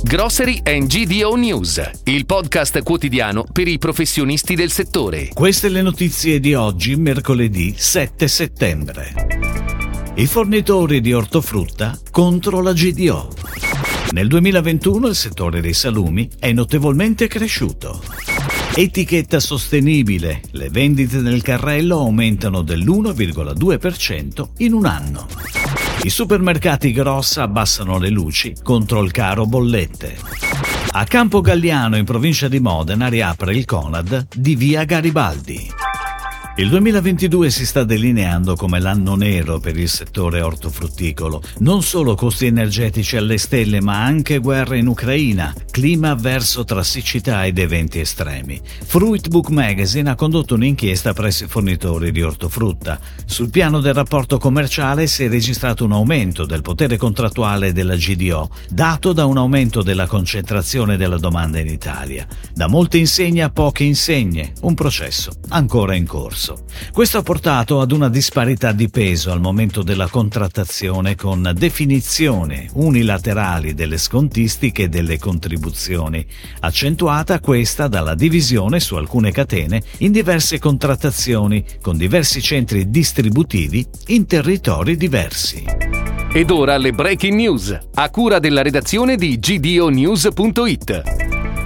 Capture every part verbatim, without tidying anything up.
Grocery and G D O News, il podcast quotidiano per i professionisti del settore. Queste le notizie di oggi, mercoledì sette settembre. I fornitori di ortofrutta contro la G D O. Nel duemilaventuno il settore dei salumi è notevolmente cresciuto. Etichetta sostenibile. Le vendite nel carrello aumentano dell'uno virgola due per cento in un anno. I supermercati Gross abbassano le luci contro il caro bollette. A Campo Galliano, in provincia di Modena, riapre il Conad di via Garibaldi. Il duemilaventidue si sta delineando come l'anno nero per il settore ortofrutticolo. Non solo costi energetici alle stelle, ma anche guerra in Ucraina, clima avverso tra siccità ed eventi estremi. Fruitbook Magazine ha condotto un'inchiesta presso i fornitori di ortofrutta. Sul piano del rapporto commerciale si è registrato un aumento del potere contrattuale della G D O, dato da un aumento della concentrazione della domanda in Italia. Da molte insegne a poche insegne, un processo ancora in corso. Questo ha portato ad una disparità di peso al momento della contrattazione, con definizioni unilaterali delle scontistiche e delle contribuzioni, accentuata questa dalla divisione su alcune catene in diverse contrattazioni con diversi centri distributivi in territori diversi. Ed ora le breaking news, a cura della redazione di G D O News punto it.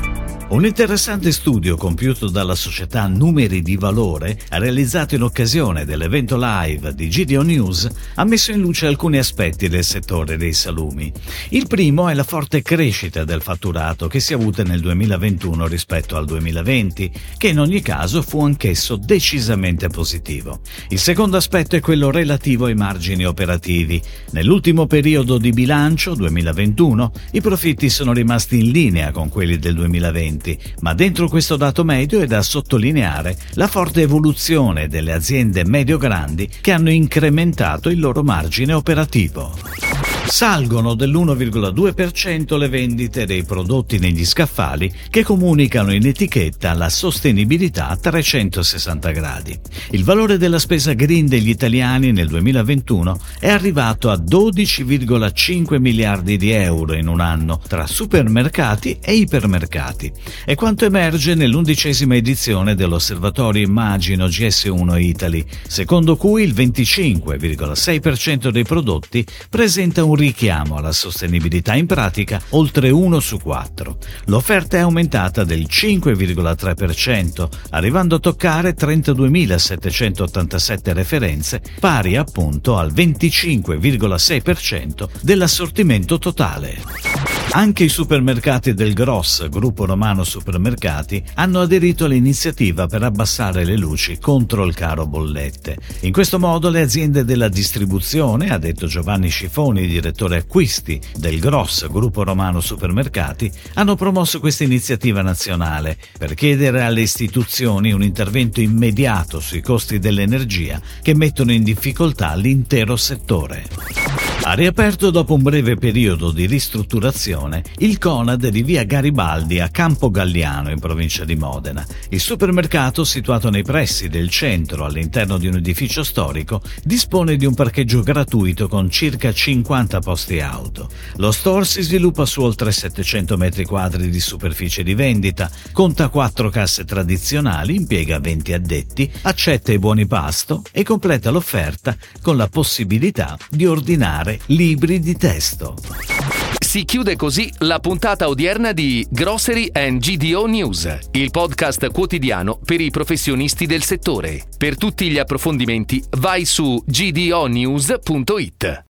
Un interessante studio compiuto dalla società Numeri di Valore, realizzato in occasione dell'evento live di G D O News, ha messo in luce alcuni aspetti del settore dei salumi. Il primo è la forte crescita del fatturato che si è avuta nel duemilaventuno rispetto al duemilaventi, che in ogni caso fu anch'esso decisamente positivo. Il secondo aspetto è quello relativo ai margini operativi. Nell'ultimo periodo di bilancio, duemilaventuno, i profitti sono rimasti in linea con quelli del duemilaventi. Ma dentro questo dato medio è da sottolineare la forte evoluzione delle aziende medio-grandi che hanno incrementato il loro margine operativo. Salgono dell'uno virgola due per cento le vendite dei prodotti negli scaffali che comunicano in etichetta la sostenibilità a trecentosessanta gradi. Il valore della spesa green degli italiani nel duemilaventuno è arrivato a dodici virgola cinque miliardi di euro in un anno tra supermercati e ipermercati. È quanto emerge nell'undicesima edizione dell'osservatorio Immagino G S uno Italy, secondo cui il venticinque virgola sei per cento dei prodotti presenta un richiamo alla sostenibilità. In pratica oltre uno su quattro. L'offerta è aumentata del cinque virgola tre per cento, arrivando a toccare trentaduemilasettecentottantasette referenze, pari appunto al venticinque virgola sei per cento dell'assortimento totale. Anche i supermercati del Gross, gruppo romano supermercati, hanno aderito all'iniziativa per abbassare le luci contro il caro bollette. In questo modo le aziende della distribuzione, ha detto Giovanni Scifoni, direttore acquisti del Gross, gruppo romano supermercati, hanno promosso questa iniziativa nazionale per chiedere alle istituzioni un intervento immediato sui costi dell'energia che mettono in difficoltà l'intero settore. Ha riaperto dopo un breve periodo di ristrutturazione il Conad di via Garibaldi a Campo Galliano, in provincia di Modena. Il supermercato, situato nei pressi del centro all'interno di un edificio storico, dispone di un parcheggio gratuito con circa cinquanta posti auto. Lo store si sviluppa su oltre settecento metri quadri di superficie di vendita, conta quattro casse tradizionali, impiega venti addetti, accetta i buoni pasto e completa l'offerta con la possibilità di ordinare libri di testo. Si chiude così la puntata odierna di Grocery and G D O News, il podcast quotidiano per i professionisti del settore. Per tutti gli approfondimenti vai su G D O News punto it.